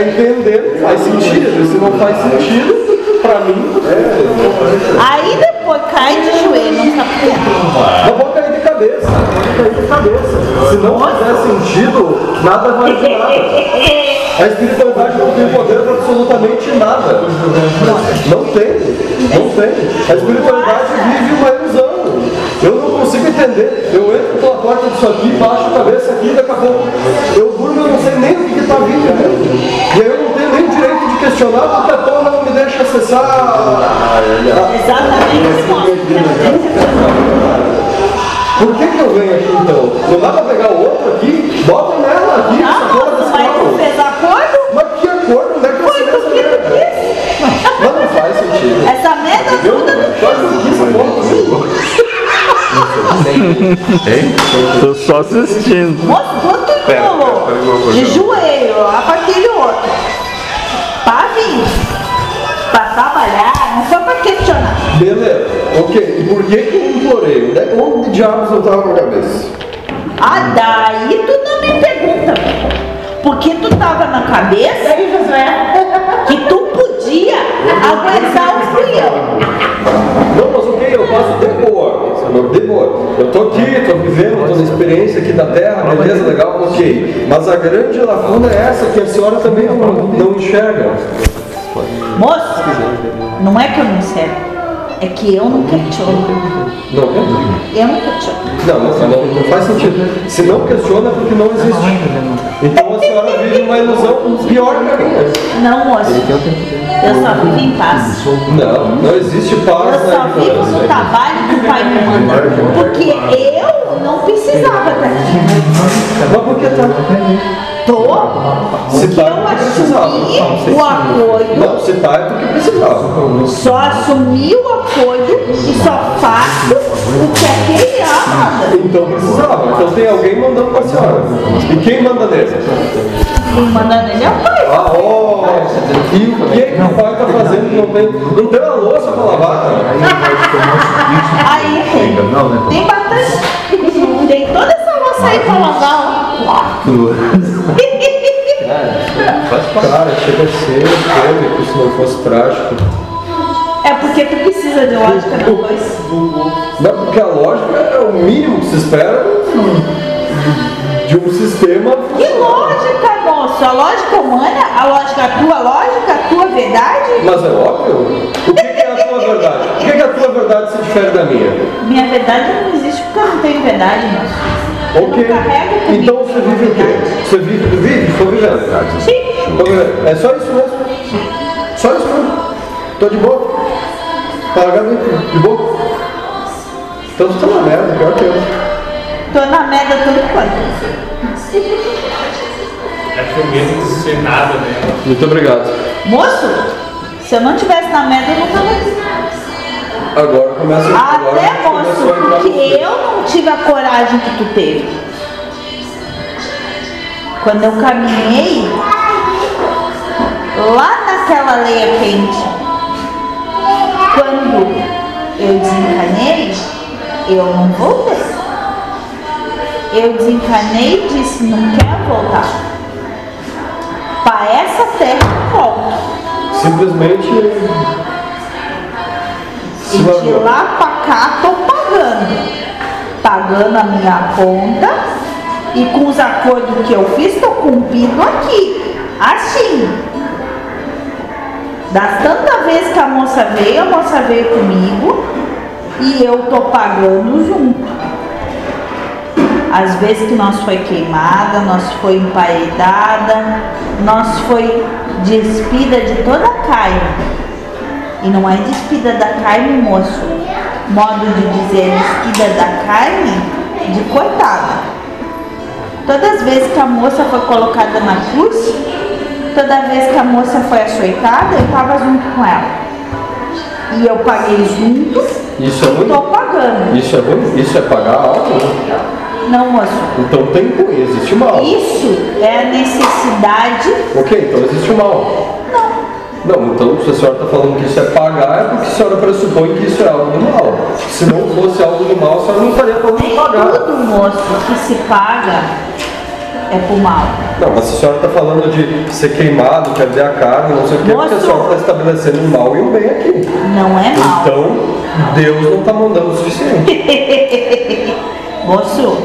entendendo, faz sentido. Se não faz sentido, pra mim, Aí depois cai de joelho, não sabe o que é. não vou cair de cabeça. Se não fizer sentido, nada vai de nada. A espiritualidade não tem poder para absolutamente nada. Não tem. A espiritualidade vive uma ilusão. Eu não consigo entender. Eu entro pela porta disso aqui, baixo a cabeça aqui, daqui a pouco eu durmo, eu não sei nem o que está vindo. E aí eu não tenho nem o direito de questionar, porque a porra não me deixa acessar. Exatamente. Por que eu venho aqui então? Não dá pra pegar o outro aqui? Bota nela aqui, essa porra desse Mas carro. tu fez acordo? Mas que acordo? Onde é que eu Foi sei tu essa que tu merda? quis. Mas não faz sentido. Essa merda toda não Só que eu quis essa porra comigo. Tô só assistindo. Moço, quanto tu rolou? De joelho, lá pra aquele outro. Pra vir. Pra trabalhar, não foi pra questionar. Beleza, ok. E por que eu implorei? Onde diabos eu tava com a cabeça? Ah, daí tu não me pergunta. Porque tu tava na cabeça que tu podia aguentar os crião. Não, mas ok, eu faço de boa. Eu tô aqui, tô vivendo, tô na experiência aqui da Terra, beleza, legal, ok. Mas a grande lacuna é essa, que a senhora também não enxerga. Moço, não é que eu não enxergo. É que eu não questiono. Não, Eu não questiono. não faz sentido. Se não questiona é porque não existe. Então a senhora vive uma ilusão pior que a minha. Não, moço. Eu só vivo em paz. Não existe paz Eu só vivo no trabalho que o pai me manda. Porque eu não precisava estar aqui. Mas por que tá? Tô. Se Porque tá, eu porque precisava. assumi o acordo. Não, se tá é porque precisava. Só assumi o acordo e só faço o que aquele manda. Então precisava. Então tem alguém mandando pra senhora. E quem manda nele? Quem manda nele é o pai. E o que o pai tá fazendo que não tem uma louça pra lavar? Aí tem bastante. Tem toda essa louça aí pra lavar. Cara, chega a ser cômico se não fosse trágico. É porque tu precisa de lógica na coisa. Não, porque a lógica é o mínimo que se espera de um sistema. Que lógica, moço? A lógica humana, a tua verdade? Mas é óbvio. O que é a tua verdade? O que a tua verdade se difere da minha? Minha verdade não existe porque eu não tenho verdade, moço. Ok. Eu não carrego comigo Então você vive o quê? verdade. Você vive? Estou vivendo. Sim. Tô vivendo. É só isso mesmo. Só isso mesmo. Tô de boa. Tá largado de boa? Então você tá na merda, pior que eu. Tô na merda todo quanto. Acho que o medo de ser nada, né? Muito obrigado. Moço, se eu não tivesse na merda, eu não tava aqui. Agora começa Até, moço, porque eu não tive a coragem que tu teve. Quando eu caminhei lá naquela leia quente, quando eu desencanei, eu não voltei. Eu desencanei e disse, não quero voltar. Para essa terra eu volto. simplesmente E de lá pra cá tô pagando a minha conta e com os acordos que eu fiz tô cumprindo aqui, assim. Das tantas vezes que a moça veio comigo e eu tô pagando junto. Às vezes que nós foi queimada, nós foi emparedada, nós foi despida de toda a carne. E não é despida da carne, moço. Modo de dizer, despida da carne de coitada. Todas as vezes que a moça foi colocada na cruz, toda vez que a moça foi açoitada, eu estava junto com ela. E eu paguei junto Isso é e ruim? estou pagando. Isso é ruim? Isso é pagar algo? Não, moço. Então tem ruim, existe o mal. Isso é a necessidade. Ok, então existe o mal. Não, então se a senhora está falando que isso é pagar, é porque a senhora pressupõe que isso é algo do mal. Se não fosse algo do mal, a senhora não estaria falando de pagar. Tudo, moço, que se paga é pro mal. Não, mas a senhora está falando de ser queimado, perder a carne, não sei o quê, porque a senhora está estabelecendo um mal e um bem aqui. Não é mal. Então, Deus não está mandando o suficiente. Moço,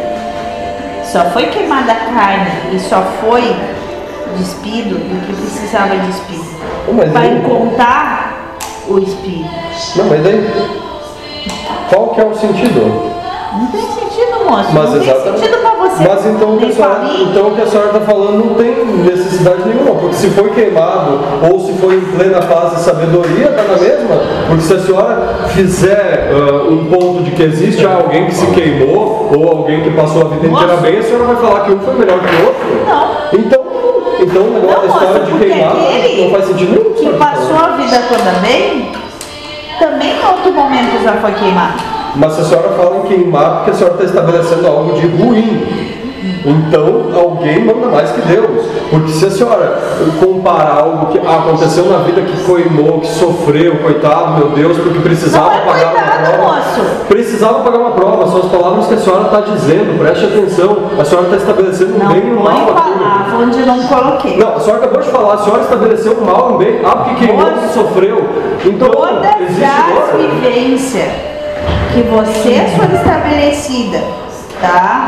só foi queimada a carne e só foi despido do que precisava despido. Para encontrar o espírito. Não, mas daí, qual que é o sentido? Não tem sentido, moço. Mas não tem sentido pra você. Mas então o que a senhora está falando não tem necessidade nenhuma, porque se foi queimado ou se foi em plena paz e sabedoria, está na mesma. Porque se a senhora fizer um ponto de que existe alguém que se queimou ou alguém que passou a vida inteira bem, a senhora vai falar que um foi melhor que o outro? Não. Então o negócio da história de queimado não faz sentido nenhum. Que passou a vida toda bem, também em outro momento já foi queimado. Mas se a senhora fala em queimar, porque a senhora está estabelecendo algo de ruim. Então, alguém manda mais que Deus. Porque se a senhora comparar algo que aconteceu na vida, que queimou, que sofreu, coitado, meu Deus, porque precisava pagar uma prova. Moço. Precisava pagar uma prova, são as palavras que a senhora está dizendo, preste atenção. A senhora está estabelecendo um bem e um mal. Não põe palavra onde não coloquei. Não, a senhora acabou de falar, a senhora estabeleceu um mal e um bem. Ah, porque queimou, que sofreu. Então, todas as vivências que você for estabelecida, tá?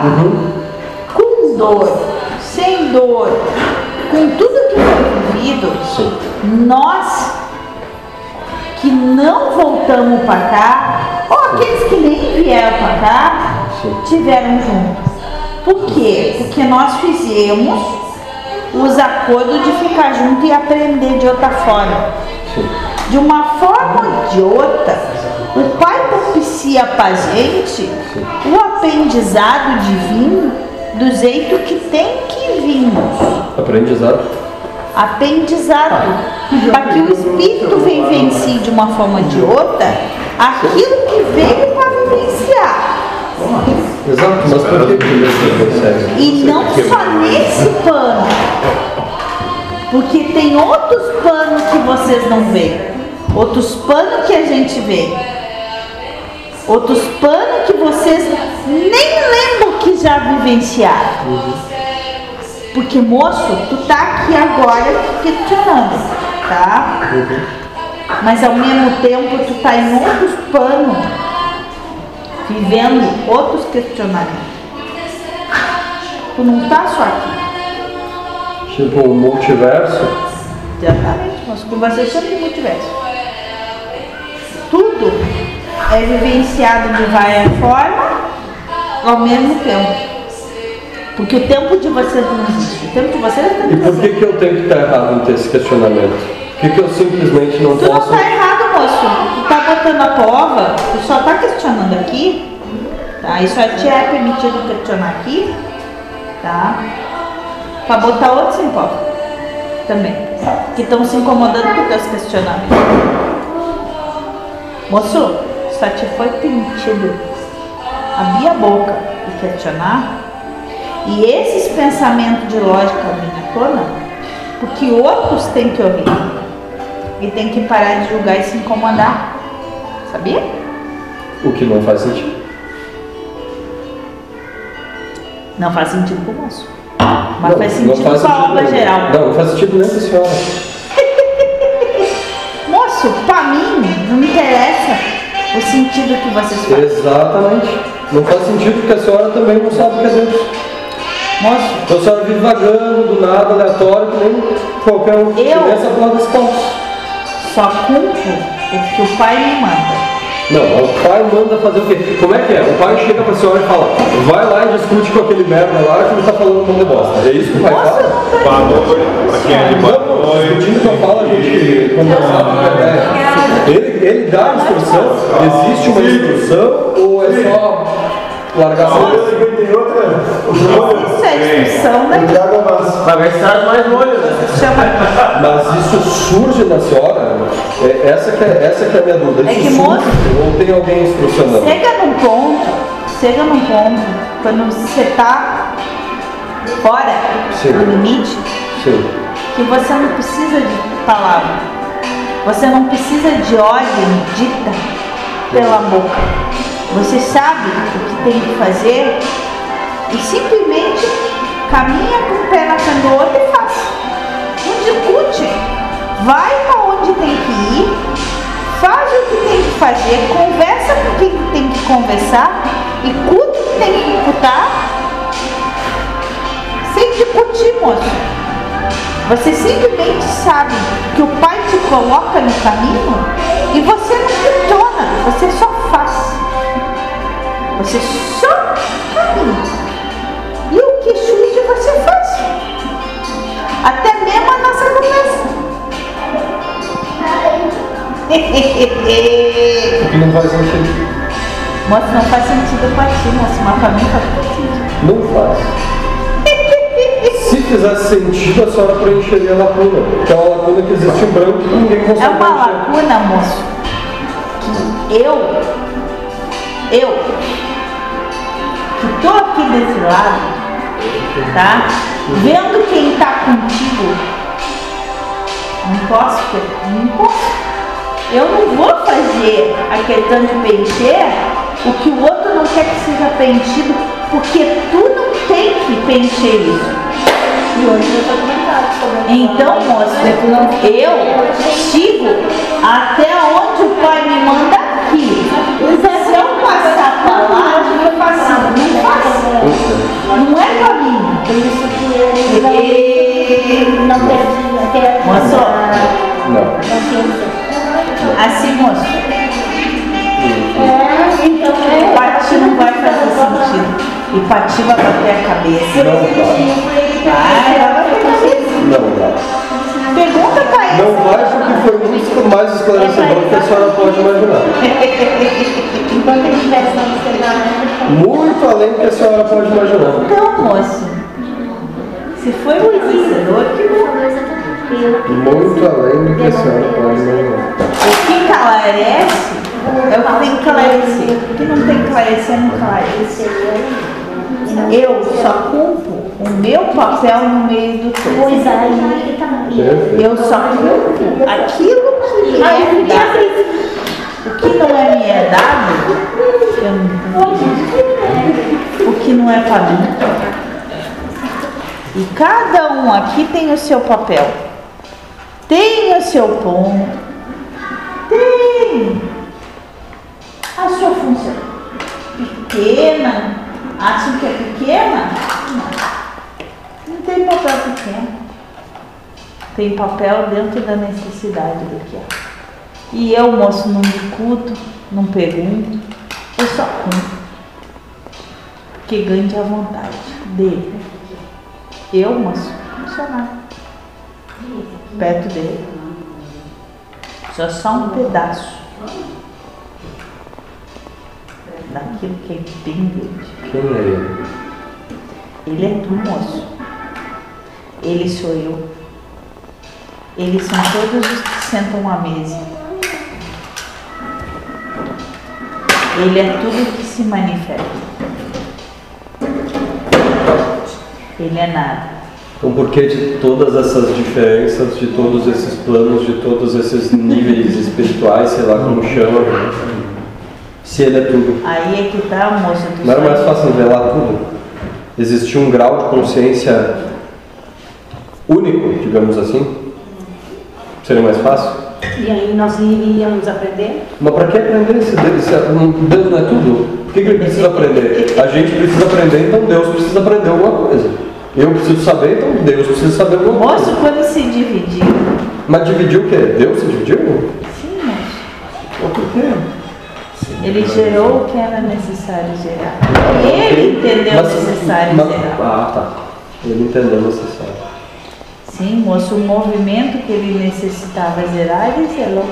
Com dor, sem dor, com tudo que foi vivido, nós que não voltamos para cá, ou aqueles que nem vieram para cá, tiveram juntos. Por quê? Porque nós fizemos os acordos de ficar junto e aprender de outra forma. De uma forma ou de outra, o Pai propicia pra gente o aprendizado divino do jeito que tem que vir. Aprendizado? Aprendizado. Para que o Espírito vivencie de uma forma ou de outra aquilo que veio para vivenciar. Exato, mas por que você consegue? E não só nesse plano. Porque tem outros planos que vocês não veem. Outros planos que a gente vê. Outros planos que vocês nem lembram que já vivenciaram. Porque, moço, tu tá aqui agora questionando, tá? Mas ao mesmo tempo tu tá em outros planos, vivendo outros questionamentos. Tu não tá só aqui. Tipo o multiverso? Exatamente, nós conversamos sobre o multiverso. Tudo é vivenciado de várias formas ao mesmo tempo. Porque o tempo de vocês não existe. O tempo de vocês é o tempo de vocês. E por que eu tenho que estar errado em ter esse questionamento? Por que eu simplesmente não posso... Tu não tá errado, moço. Tu tá botando a prova, tu só tá questionando aqui, tá? Isso te é permitido questionar aqui, tá? Pra botar outros em prova também, que estão se incomodando com teus questionamentos. Moço, só te foi permitido abrir a boca e questionar. E esses pensamentos de lógica não, porque outros têm que ouvir e tem que parar de julgar e se incomodar, sabia? O que não faz sentido. Não faz sentido pro moço, mas não, faz sentido para a obra geral. Não faz sentido nem pra senhora. Moço, pra mim não me interessa o sentido que vocês fazem. Exatamente. Não faz sentido porque a senhora também não sabe o que é Deus. Moço, então a senhora vive vagando do nada, aleatório, que nem qualquer um que tivesse a porra desse pau. Só cumpro o que o pai me manda. Não, o pai manda fazer o quê? Como é que é? O pai chega pra senhora e fala, vai lá e discute com aquele merda lá que ele tá falando um monte de bosta. É isso que o pai fala? Boa noite, pra quem é de boa noite. Discutindo que eu falo, a gente conversar. Ele dá a instrução, existe uma instrução ou é só largar a Isso é discussão, né? Vai ver se traz mais molho, né? Mas isso surge na senhora? Essa que é a minha dúvida. É que, moço, ou tem alguém instrucionando? Chega num ponto, quando você tá fora do limite, que você não precisa de palavra. Você não precisa de ordem dita pela boca. Você sabe o que tem que fazer e simplesmente caminha com um pé na frente do outro e faz. Não discute. Vai para onde tem que ir, faz o que tem que fazer, conversa com quem tem que conversar, escuta o que tem que escutar, sem discutir, moço. Você simplesmente sabe que o Pai te coloca no caminho e você não questiona, você só faz. Você só caminha. E o que surge você faz. Até mesmo a nossa conversa. Não faz sentido. Moço, não faz sentido pra ti, moço, mas pra mim faz sentido. Não faz. Se fizesse sentido, a senhora preencheria a lacuna. Que é uma lacuna que existe em branco e ninguém consegue É uma preencher. lacuna, moço, que eu que tô aqui desse lado, tá? Vendo quem tá contigo, não posso. Eu não vou fazer a questão de preencher o que o outro não quer que seja preenchido, porque tu não tem que preencher isso. E hoje eu tô comentando sobre Então, moço, eu sigo até onde o Pai me manda aqui. Se eu passar pra lá, eu faço. Não faço. Não é caminho. Por isso que ele não teve Moço, Não. assim, moço, então pra ti não vai fazer sentido. E pra ti vai bater a cabeça. Vai bater a cabeça. Não dá. Pergunta pra ele. Não vai porque foi muito mais esclarecedor que a senhora pode imaginar. enquanto ele estivesse no cenário, Muito além do que a senhora pode imaginar. Então, moço, se foi um esclarecedor, que bom. Muito além do que a senhora pode imaginar. O que esclarece é o que tem que esclarecer. O que não tem que esclarecer, não esclarece. Eu só cumpro o meu papel no meio do todo. pois aí tá. Eu só cumpro aquilo que me é dado. O que não é me é dado, eu não cumpro. O que não é para mim. E cada um aqui tem o seu papel. Tem o seu ponto. Tem a sua função. Pequena. Acham que é pequena? Não tem papel pequeno. Tem papel dentro da necessidade do que é. E eu, moço, não discuto, não pergunto, eu só cumpro. Que ganhe a vontade dele. Eu, moço, não sou nada. Perto dele. Sou só um pedaço daquilo que é bem grande. Quem é ele? Ele é tu, moço. Ele sou eu. Eles são todos os que sentam à mesa. Ele é tudo que se manifesta. Ele é nada. Então, por que de todas essas diferenças, de todos esses planos, de todos esses níveis espirituais, sei lá como chama, se ele é tudo? Aí é que tá, moço. Não era mais fácil revelar tudo? Existia um grau de consciência único, digamos assim? Seria mais fácil? E aí nós iríamos aprender? Mas para que aprender se Deus não é tudo? Por que ele precisa aprender? A gente precisa aprender, então Deus precisa aprender alguma coisa. Eu preciso saber, então Deus precisa saber alguma coisa. Moço, quando se dividiu. Mas dividiu o quê? Deus se dividiu? Sim, moço. Ou por quê? Ele gerou o que era necessário gerar. Ele entendeu necessário gerar. Ah, tá. Ele entendeu necessário. Sim, moço, o movimento que ele necessitava gerar, ele gerou.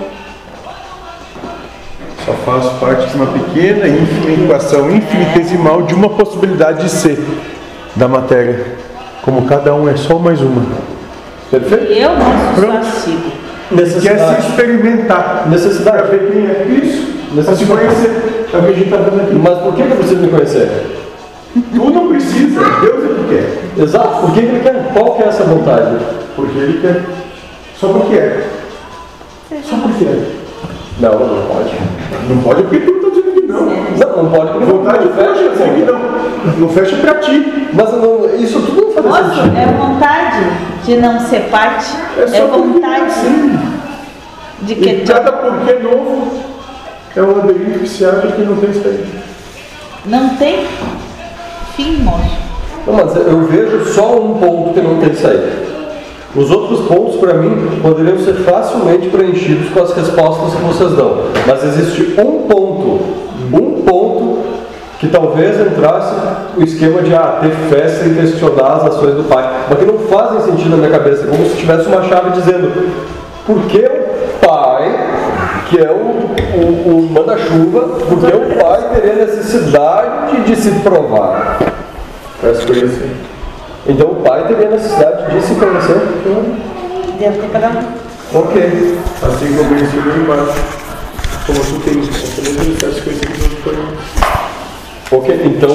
Só faço parte de uma pequena equação infinitesimal de uma possibilidade de ser da matéria. Como cada um é só mais uma. Perfeito? Eu, moço, Pronto. só sigo. Quer se Necessidade. experimentar. Para Necessidade. ver quem é isso. Para se Necessidade. conhecer. É o que a gente está vendo aqui. Mas por que eu preciso me conhecer? Tu não precisa. Deus é que quer. Exato. Por que ele quer? Qual que é essa vontade? Porque ele quer. Só porque é. Só porque é. Não, não pode. Não pode porque tu está dizendo que não. Não pode porque Vontade não fecha. fecha, eu sei que não. Não fecha pra ti. Mas isso tudo não faz Moço, sentido. é vontade de não ser parte. É só vontade assim. de E que cada porquê novo é um labirinto que se abre que não tem saída. não tem fim, moço. Não, mas eu vejo só um ponto que não tem saída. Os outros pontos, para mim, poderiam ser facilmente preenchidos com as respostas que vocês dão. Mas existe um ponto que talvez entrasse o esquema de ter festa e questionar as ações do pai. Mas que não fazem sentido na minha cabeça. Como se tivesse uma chave dizendo: por que o pai, que é o manda-chuva, por que o pai teria necessidade de se provar? Parece que assim. Então o pai teria necessidade de se conhecer? Dentro de cada um. Ok. Assim como eu ensinei embaixo. Como tu tem essa necessidade de conhecer que não foi. Ok, então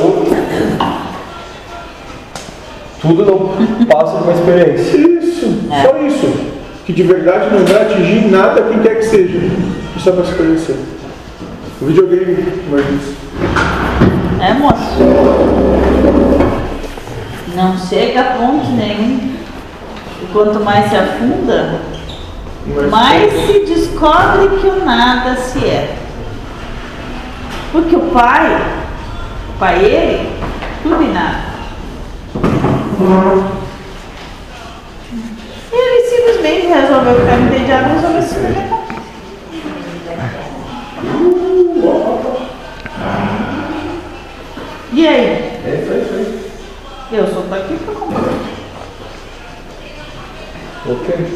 tudo não passa de uma experiência. Isso, só isso. Que de verdade não vai atingir nada quem quer que seja. Só para se conhecer. O videogame, mas isso. É, moço. Não chega a ponto nenhum. E quanto mais se afunda, mais se descobre que o nada se é. Porque o pai, ele, tudo e nada. Ele simplesmente resolveu ficar entediado e resolveu se experimentar. E aí? É isso aí. Eu só tô aqui pra comprar. Ok.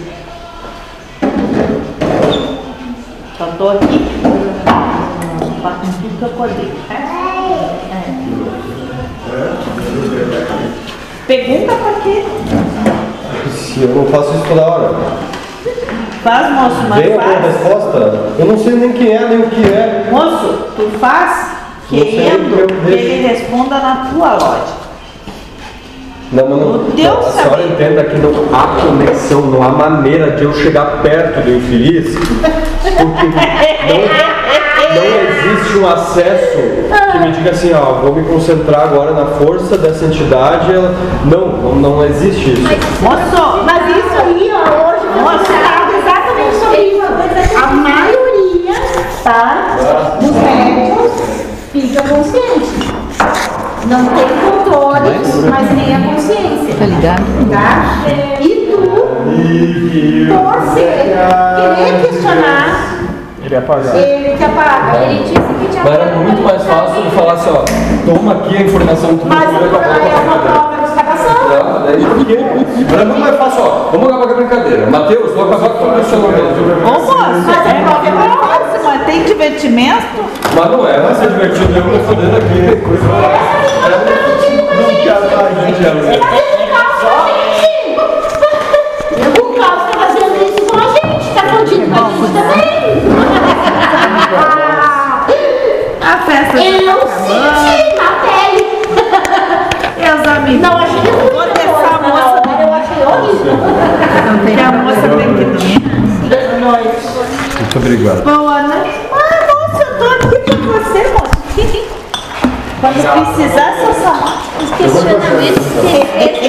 Só tô aqui pra cumprir o que eu poder. Pergunta pra quê? Se eu não faço isso toda hora, Faz, moço, mas vem alguma faz. resposta? Eu não sei nem quem é, nem o que é. Moço, tu faz Não sei, querendo eu que deixo. ele responda na tua lógica. Não, mas não. O teu A senhora saber. entenda que não há conexão, não há maneira de eu chegar perto do infeliz, porque não existe um acesso que me diga assim, vou me concentrar agora na força dessa entidade. Não existe isso. Moço, Mas isso aí, ó, hoje nós falamos exatamente sobre isso. A maioria, tá, dos médicos fica consciente. Não tem controle, mas nem a consciência. Tá ligado? Tá? E tu, por querer questionar, Ele apagar. ele te apaga. Ele disse que te Mas apaga. era muito mais fácil ele falar assim, toma aqui a informação que tu Mas procura, é uma prova que você está passando. Daí por quê? Era muito mais fácil, vamos acabar com a brincadeira. Matheus, vou acabar com o questionamento. Ô moço, Mas é prova que mas tem divertimento? Mas não é, vai ser divertido eu me fodendo aqui. O Carlos tá fazendo isso com a gente, tá fodido com a gente também. A festa Eu senti na pele. meus amigos. Não, achei muito Vou deixar a moça eu achei horrível. que a moça tem que dormir. Muito obrigado. Boa noite. Moça, eu tô aqui pra você, moço. Quando precisar, só chamar. Os questionamentos que